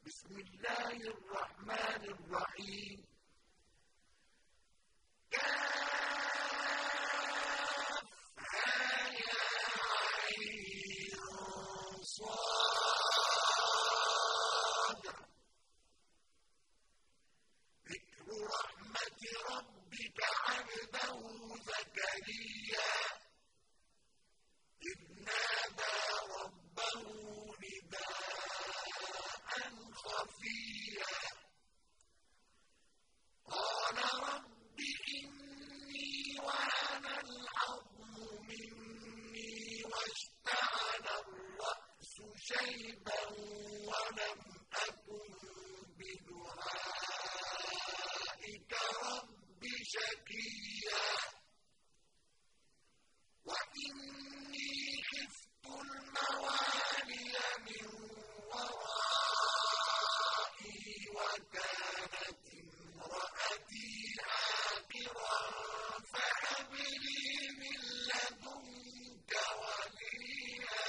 بسم الله الرحمن الرحيم. كافها يا عين صاد. ذكر رحمة ربك عبده زكريا إذ نادى ربه نداء خفيا قال رب إني وهن العظم مني واشتعل الرأس شيبا ولم أكن بدعائك رب شقيا وإني خفت الموالي من ورائي وكانت امرأتي عاقرا فهب لي من لدنك وليا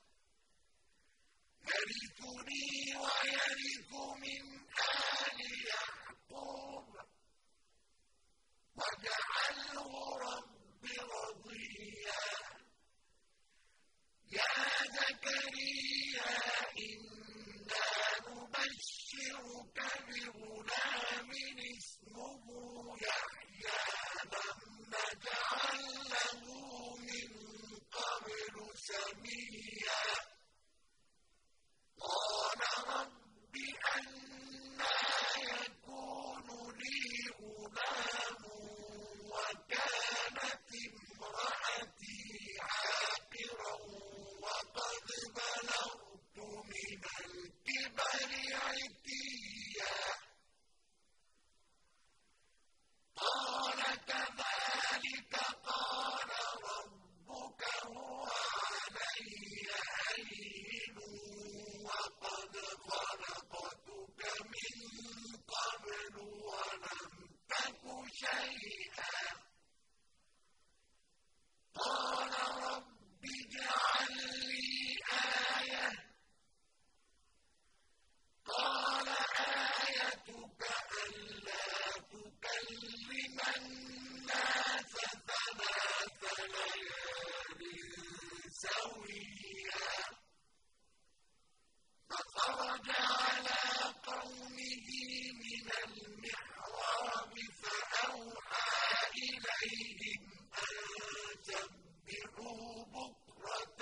يرثني ويرث من آل يعقوب واجعله رب رضيا يا زكريا إنا نبشرك بغلام اسمه يحيى لم نجعل له من قبل سميا قال رب أنى يكون لي غلام وكانت امرأتي عاقرا وقد بلغت من الكبر عتيا قال كذلك قال ربك هو علي هين وقد خلقتك من قبل ولم تك شيئا قال رب اجعل لي آية قال آيتك ألا تكلم الناس ثلاث ليال سويا فخرج على قومه من المحراب فأوحى إليهم أن سبحوا بكرة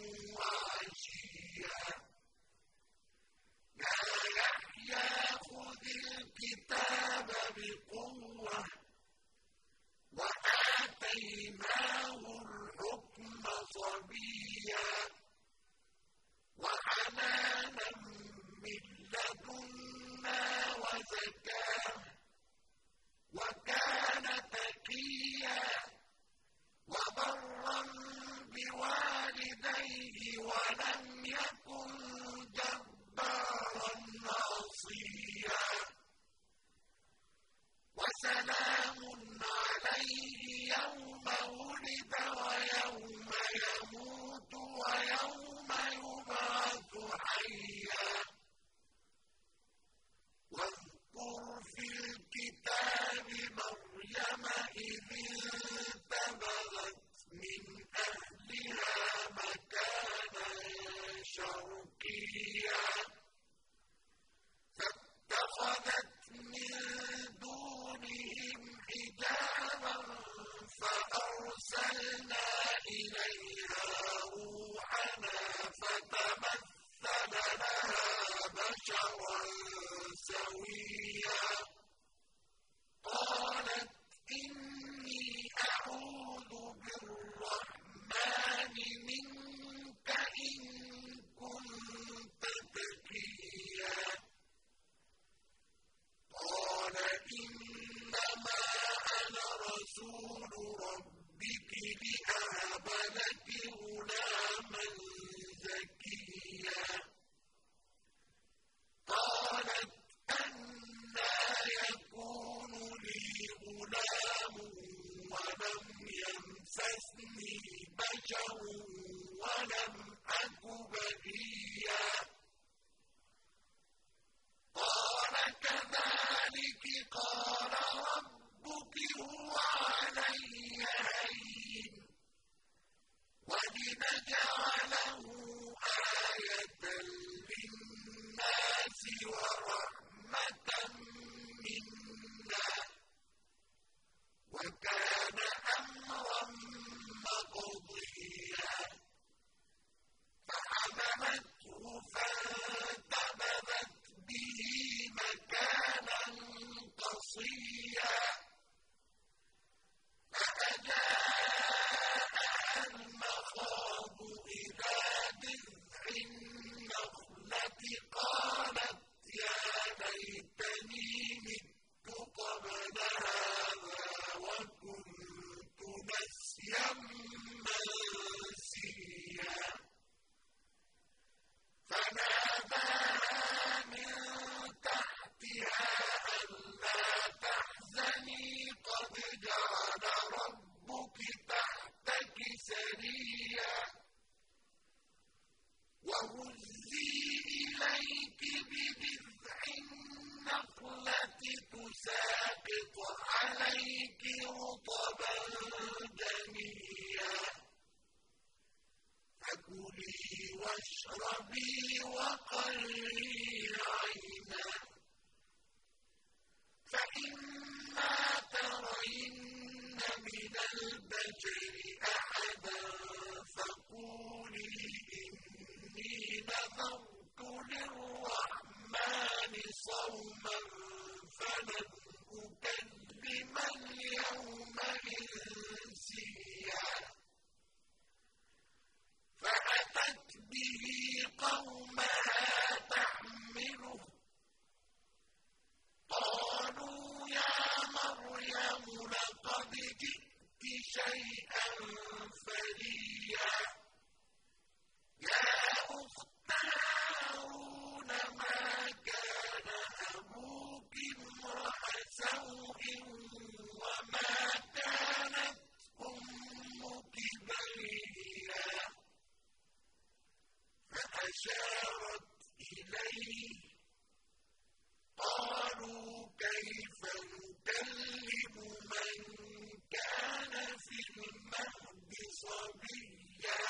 وعشيا يا يحيى خذ الكتاب بقوة وآتيناه الحكم صبيا وحنانا من لدنا وزكاة وكان تقيا وبرا بوالديه ولم يكن جبارا عصيا وسلام عليه يوم ولد ويوم يموت ويوم يبعث حيا واذكر في الكتاب مريم إذ انتبذت من أهلها مكانا شرقيا فاتخذت من دونهم حجابا فأرسلنا إليها روحنا فتمثل لها بشرا سويا قالت إني أعوذ بالرحمن منك إن كنت تقيا قال إنما أنا رسول ربك لأهب لك غلاما زكيا قالت أنى صَوْمًا فَلَنْ أُكَلِّمَ الْيَوْمَ إِنسِيًّا فَأَتَتْ بِهِ قَوْمَهَا تَحْمِلُهُ ۖ قَالُوا يَا مَرْيَمُ لَقَدْ جِئْتِ شَيْئًا فَرِيًّا يَا أُخْتَ هَارُونَ مَا كَانَ أَبُوكِ امْرَأَ سَوْءٍ وَمَا كَانَتْ أُمُّكِ بَغِيًّا فَأَشَارَتْ إِلَيْهِ قَالُوا كَيْفَ نُكَلِّمُ مَن كَانَ فِي الْمَهْدِ صَبِيًّا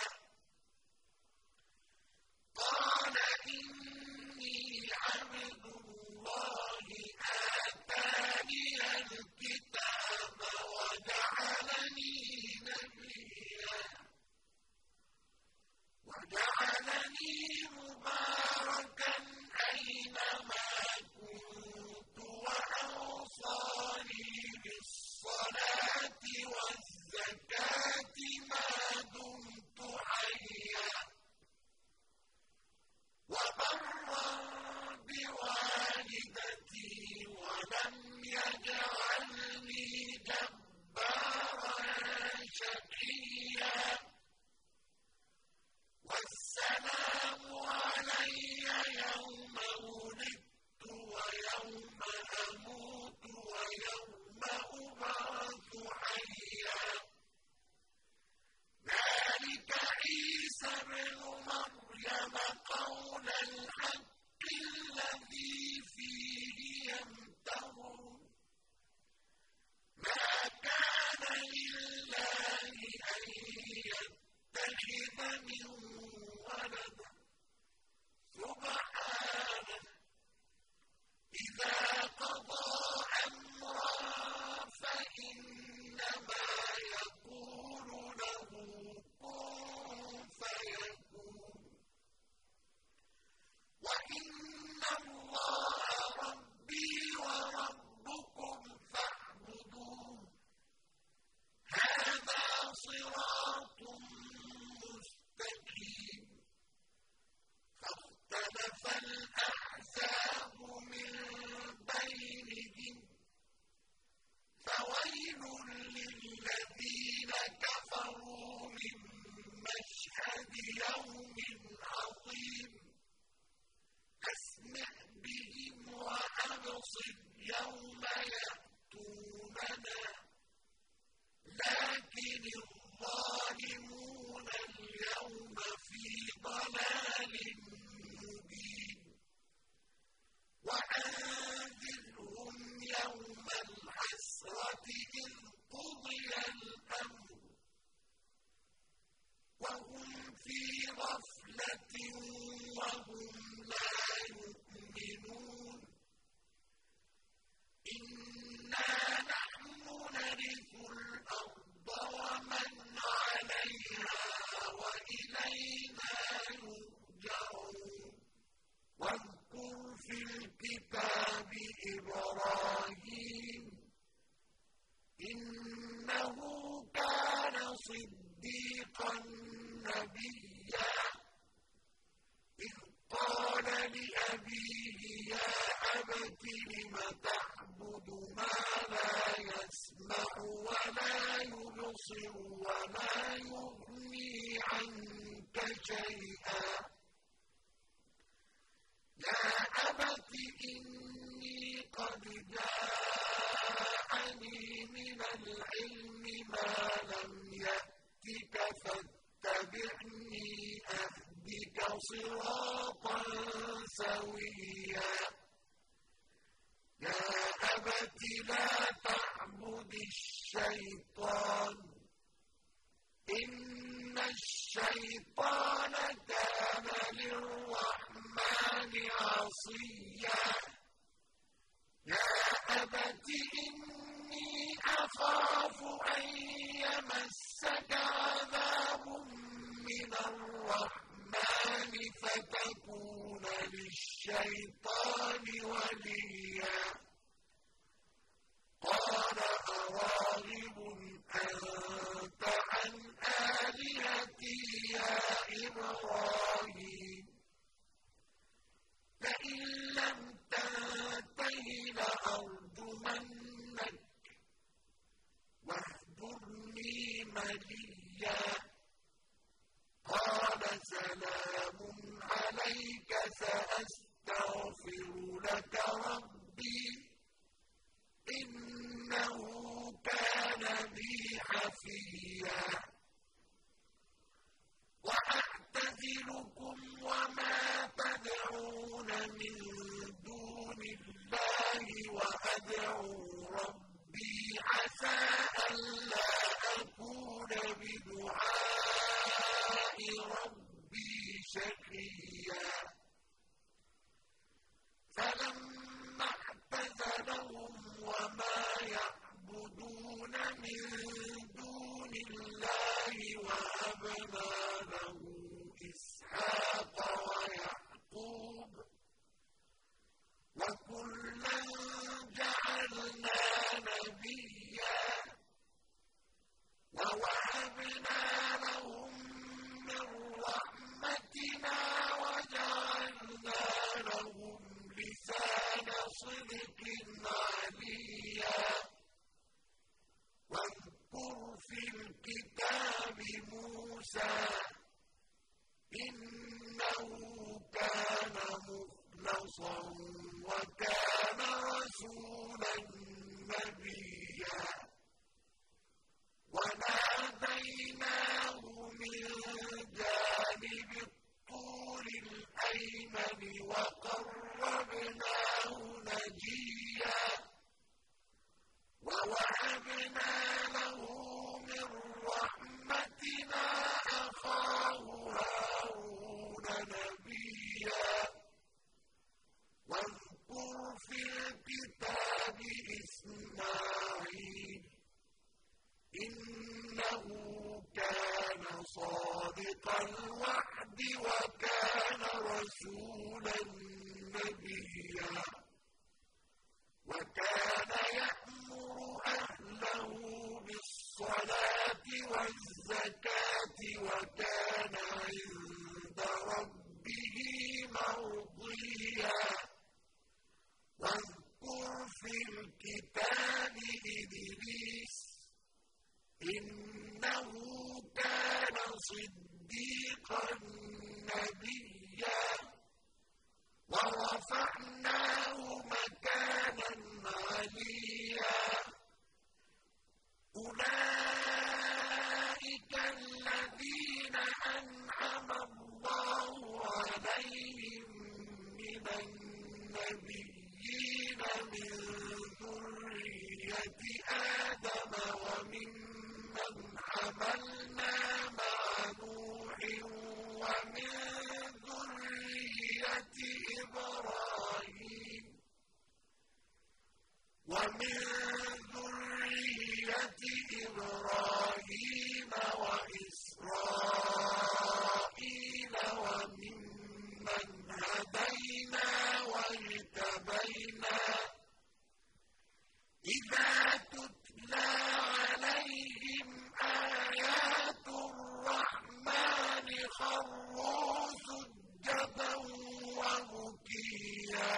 قَالَ إِنِّي عَبْدُ اللَّهِ آتَانِيَ الْكِتَابَ وَجَعَلَنِي مُبَارَكًا أَيْنَمَا كُنتُ وَأَوْصَانِي بِالصَّلَاةِ وَالزَّكَاةِ مَا دُمْتُ حَيًّا وَبَرًّا بِوَالِدَتِي وَلَمْ يَجْعَلْنِي جَبَّارًا شَقِيًّا وَالسَّلَامُ عَلَيَّ يَوْمَ وُلِدتُّ وَيَوْمَ أَمُوتُ وَيَوْمَ أُبْعَثُ حَيًّا ذَٰلِكَ عِيسَى ابْنُ مَرْيَمَ قَوْلَ الْحَقِّ الَّذِي فِيهِ يَمْتَرُونَ مَا كَانَ لِلَّهِ أَن يَتَّخِذَ مِن وَلَدٍ سُبْحَانَهُ إِذَا قَضَىٰ أَمْرًا فَإِنَّمَا يَقُولُ لَهُ كُن فَيَكُونُ وَإِنَّ اللَّهَ رَبِّي وَرَبُّكُمْ فَاعْبُدُوهُ هَٰذَا صِرَاطٌ مُّسْتَقِيمٌ فَاخْتَلَفَ الْأَحْزَابُ مِن بَيْنِهِمْ فَوَيْلٌ لِّلَّذِينَ كَفَرُوا مِن مَّشْهَدِ يَوْمٍ عَظِيمٍ أَسْمِعْ بِهِمْ وَأَبْصِرْ يَوْمَ يَأْتُونَنَا لَٰكِنِ الظَّالِمُونَ الْيَوْمَ فِي ضَلَالٍ مُّبِينٍ وَأَنذِرْهُمْ يَوْمَ الْحَسْرَةِ إِذْ قُضِيَ الْأَمْرُ وَهُمْ فِي غَفْلَةٍ وَهُمْ لَا يُؤْمِنُونَ إِنَّا نَحْنُ نَرِثُ الْأَرْضَ وَمَنْ عَلَيْهَا وَإِلَيْنَا يُرْجَعُونَ وَاذْكُرْ فِي الْكِتَابِ إِبْرَاهِيمَ إِنَّهُ كَانَ صِدِّيقًا نَّبِيًّا إِذْ قَالَ لِأَبِيهِ يَا أَبَتِ لِمَ تَعْبُدُ مَا لَا يَسْمَعُ وَلَا يُبْصِرُ وَلَا يُغْنِي عَنكَ شَيْئًا يَا أَبَتِ إِنِّي قَدْ جَاءَنِي مِنَ الْعِلْمِ مَا لَمْ يَأْتِكَ فَاتَّبِعْنِي أَهْدِكَ صِرَاطًا سَوِيًّا يَا أَبَتِ لَا تَعْبُدِ الشَّيْطَانَ إِنَّ الشَّيْطَانَ كَانَ لِلرَّحْمَٰنِ عَصِيًّا يَا أَبَتِ إِنِّي أَخَافُ أَن يَمَسَّكَ عَذَابٌ مِّنَ الرَّحْمَٰنِ فَتَكُونَ لِلشَّيْطَانِ الشيطان وليا قال أراغب أنت عن آلهتي يا إبراهيم لئن لم تنته لأرجمنك واهجرني مليا قال سلام عليك سأستغفر لك ربي إنه كان بي حفيا وأعتزلكم وما تدعون من دون الله وأدعو ربي عسى ألا أكون بدعاء ربي شقيا فلما اعتزلهم وما يعبدون من دون الله وهبنا له إسحاق ويعقوب وكلا جعلنا نبيا ووهبنا لهم من رحمتنا وجعلنا لهم لسان صدق عليا واذكر في الكتاب موسى إنه كان مخلصا وكان رسولا نبيا وناديناه من جانب الطور الأيمن وقربناه نجيا ووهبنا له من رحمتنا أخاه هارون نبيا واذكر في الكتاب إسماعيل إنه كان صادق الوعد وكان رسولا نبيا وكان يأمر أهله بالصلاة والزكاة وكان عند ربه مرضيا واذكر في الكتاب إدريس إنه كان صديقا نبيا ورفعناه مكانا عليا أولئك الذين أنعم الله عليهم من النبيين من ذرية آدم وممن حملنا مع نوح ومن ذرية إبراهيم وإسرائيل وممن هدينا واجتبينا إذا تتلى عليهم آيات الرحمن خروا سجدا وبكيا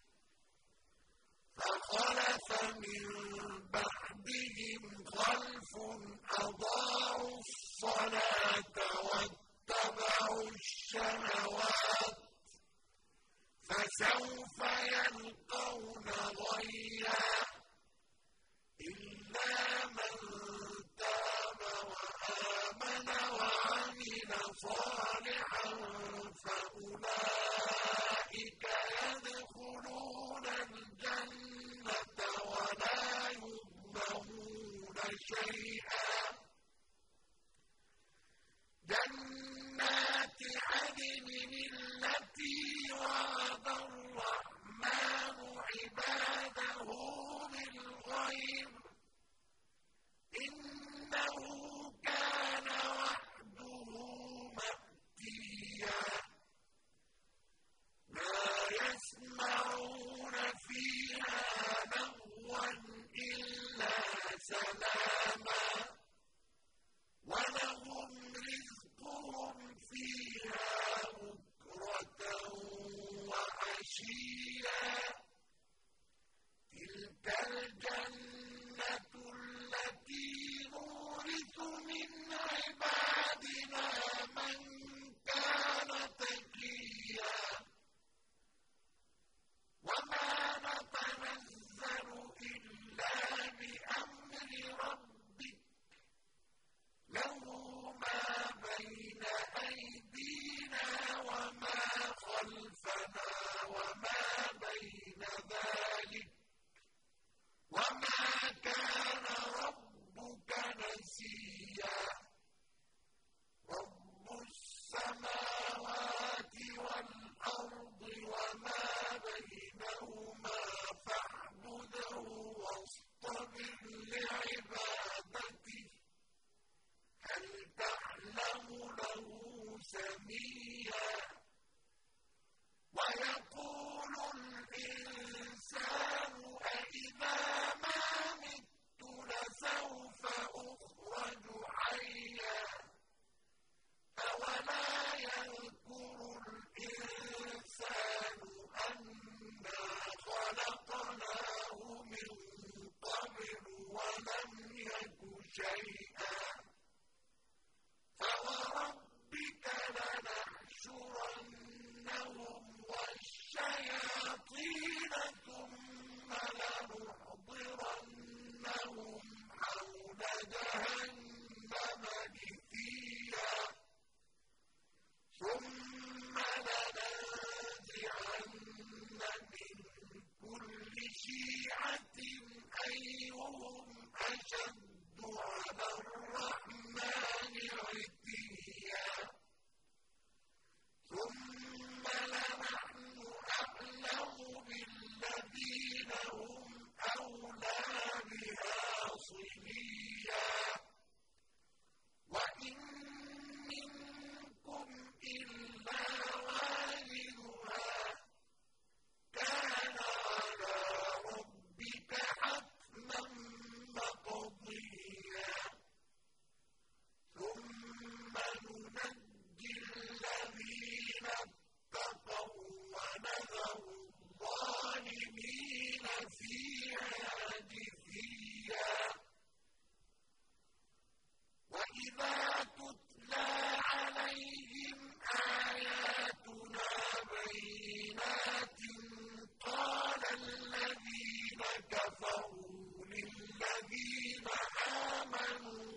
فخلف من بعدهم خلف أضاعوا الصلاة واتبعوا الشهوات فسوف يلقون غيا إلا من تاب وآمن وعمل صالحا فأولئك يدخلون الجنة ولا يظلمون شيئا جنات عدن التي وعد الرحمن عباده بالغيب إنه كان وعده مأتيا ما بينهما فاعبده واصطبر لعبادته هل تعلم له سميا ويقول الإنسان أإذا ما مت لسوف أخرج حيا أولا يذكر الإنسان أنا خلقناه من قبل ولم يك شيئا فوربك لنحشرنهم والشياطين ثم لنحضرنهم حول جهنم جثيا ثم لننزعن من كل شيعة أيهم أشد على الرحمن عتيا ثم لنحن أعلم بالذين هم أولى بها صليا وإن منكم إلا واردها كان على ربك حتما مقضيا ثم ننجي الذين اتقوا ونذر الظالمين فيها جثيا وإذا تتلى عليهم آياتنا بينات قال الذين كفروا للذين آمنوا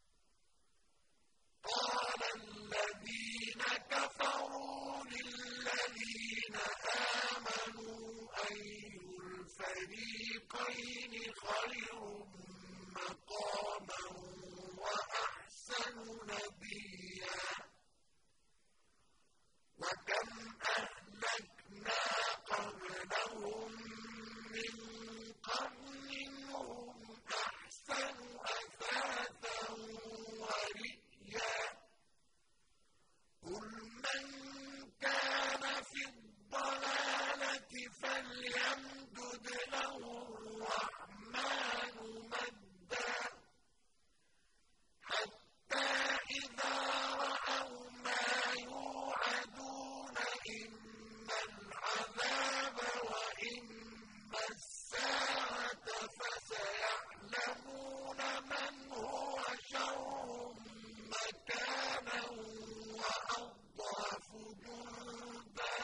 أي الفريقين خير مقاما وأحسن نديا وكم أهلكنا قبلهم من قرن هم أحسن أثاثا ورئيا قل من كان في الضلالة فليمدد له الرحمن مدا حتى إذا رأوا ما يوعدون إما العذاب وإما الساعة فسيعلمون من هو شر مكانا وأضعف جندا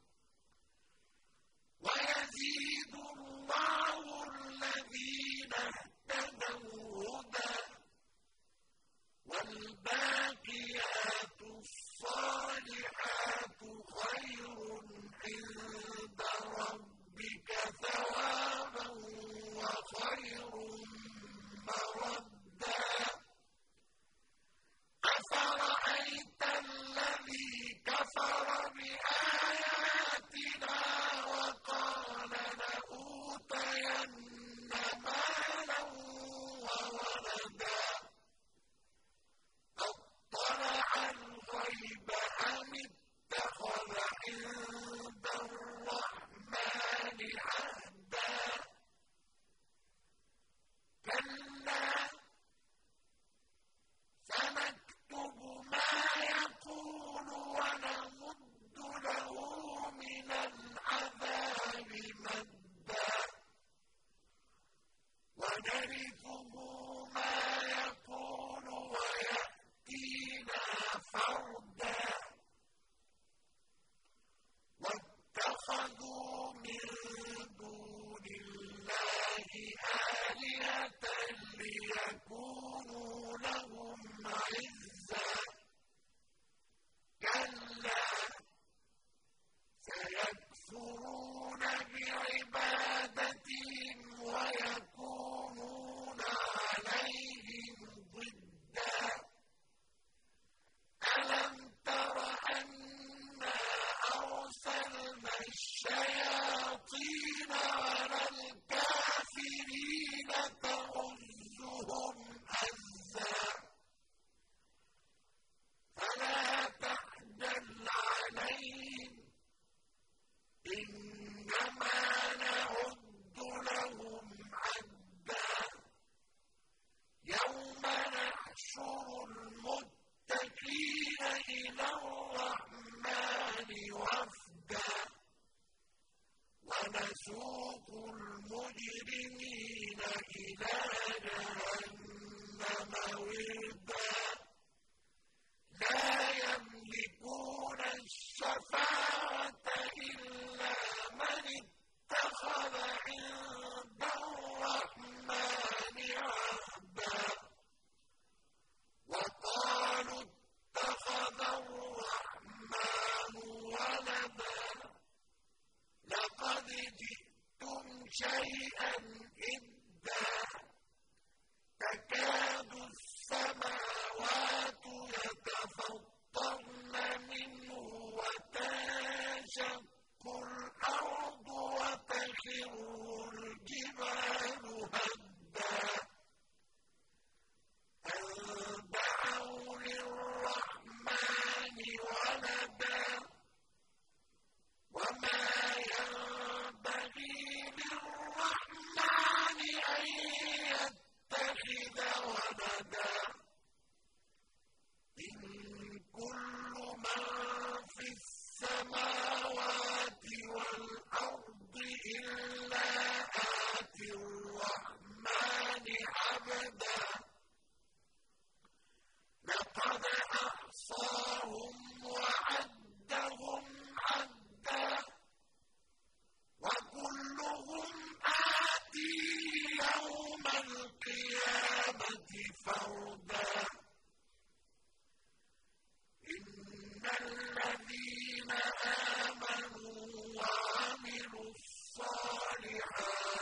ويزيد الله الذين اهتدوا هدى والباقيات الصالحات خير عند ربك ثوابا وخير مردا أفرأيت الذي كفر بآياتنا وقال لأوتين مالا وولدا أطلع الغيب أم اتخذ عند الرحمن عهدا كلا سنكتب ما يقول ونمد له من العذاب مدا ونرثه ما يقول ويأتينا فردا واتخذوا من دون الله آلهة ليكونوا لهم عزا كلا سيكفرون بعبادتهم ويكونون عليهم ضدا ألم تر أنا أرسلنا الشياطين وَنَسُوقُ الْمُجْرِمِينَ إِلَىٰ جَهَنَّمَ وِرْدًا لَّا يَمْلِكُونَ الشَّفَاعَةَ إِلَّا مَنِ اتَّخَذَ عِندَ الرَّحْمَٰنِ عَهْدًا وَقَالُوا اتَّخَذَ الرَّحْمَٰنُ وَلَدًا لَّقَدْ جِئْتُمْ شَيْئًا إِدًّا تَكَادُ السَّمَاوَاتُ يَتَفَطَّرْنَ مِنْهُ وَتَنشَقُّ الْأَرْضُ وَتَخِرُّ الْجِبَالُ هَدًّا أَن دَعَوْا لِلرَّحْمَٰنِ وَلَدًا وَمَا يَنبَغِي لِلرَّحْمَٰنِ أَن يَتَّخِذَ وَلَدًا إِن كُلُّ مَن فِي السَّمَاوَاتِ وَالْأَرْضِ إِلَّا آتِي الرَّحْمَٰنِ عَبْدًا لَّقَدْ أَحْصَاهُمْ وَعَدَّهُمْ عَدًّا وَكُلُّهُمْ آتِيهِ يَوْمَ الْقِيَامَةِ فَرْدًا إِنَّ الَّذِينَ آمَنُوا وَعَمِلُوا الصَّالِحَاتِ